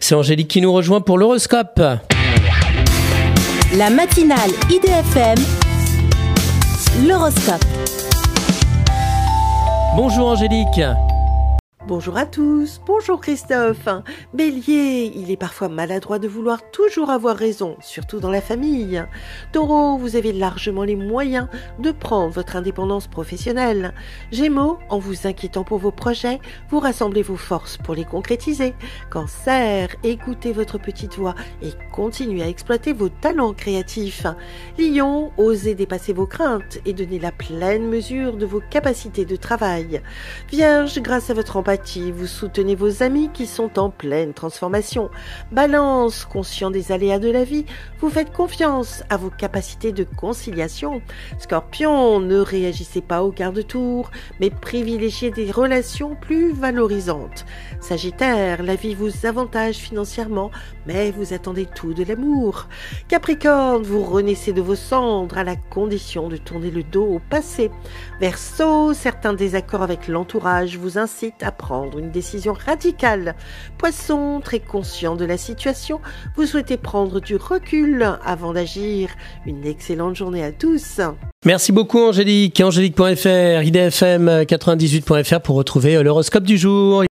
C'est Angélique qui nous rejoint pour l'horoscope. La matinale IDFM, l'horoscope. Bonjour Angélique. Bonjour à tous, bonjour Christophe. Bélier, il est parfois maladroit de vouloir toujours avoir raison, surtout dans la famille. Taureau, vous avez largement les moyens de prendre votre indépendance professionnelle. Gémeaux, en vous inquiétant pour vos projets, vous rassemblez vos forces pour les concrétiser. Cancer, écoutez votre petite voix et continuez à exploiter vos talents créatifs. Lion, osez dépasser vos craintes et donnez la pleine mesure de vos capacités de travail. Vierge, grâce à votre empathie, vous soutenez vos amis qui sont en pleine transformation. Balance, conscient des aléas de la vie, vous faites confiance à vos capacités de conciliation. Scorpion, ne réagissez pas au quart de tour, mais privilégiez des relations plus valorisantes. Sagittaire, la vie vous avantage financièrement, mais vous attendez tout de l'amour. Capricorne, vous renaissez de vos cendres à la condition de tourner le dos au passé. Verseau, certains désaccords avec l'entourage vous incitent à prendre une décision radicale. Poisson, très conscient de la situation, vous souhaitez prendre du recul avant d'agir. Une excellente journée à tous. Merci beaucoup Angélique. Angélique.fr, idfm98.fr pour retrouver l'horoscope du jour.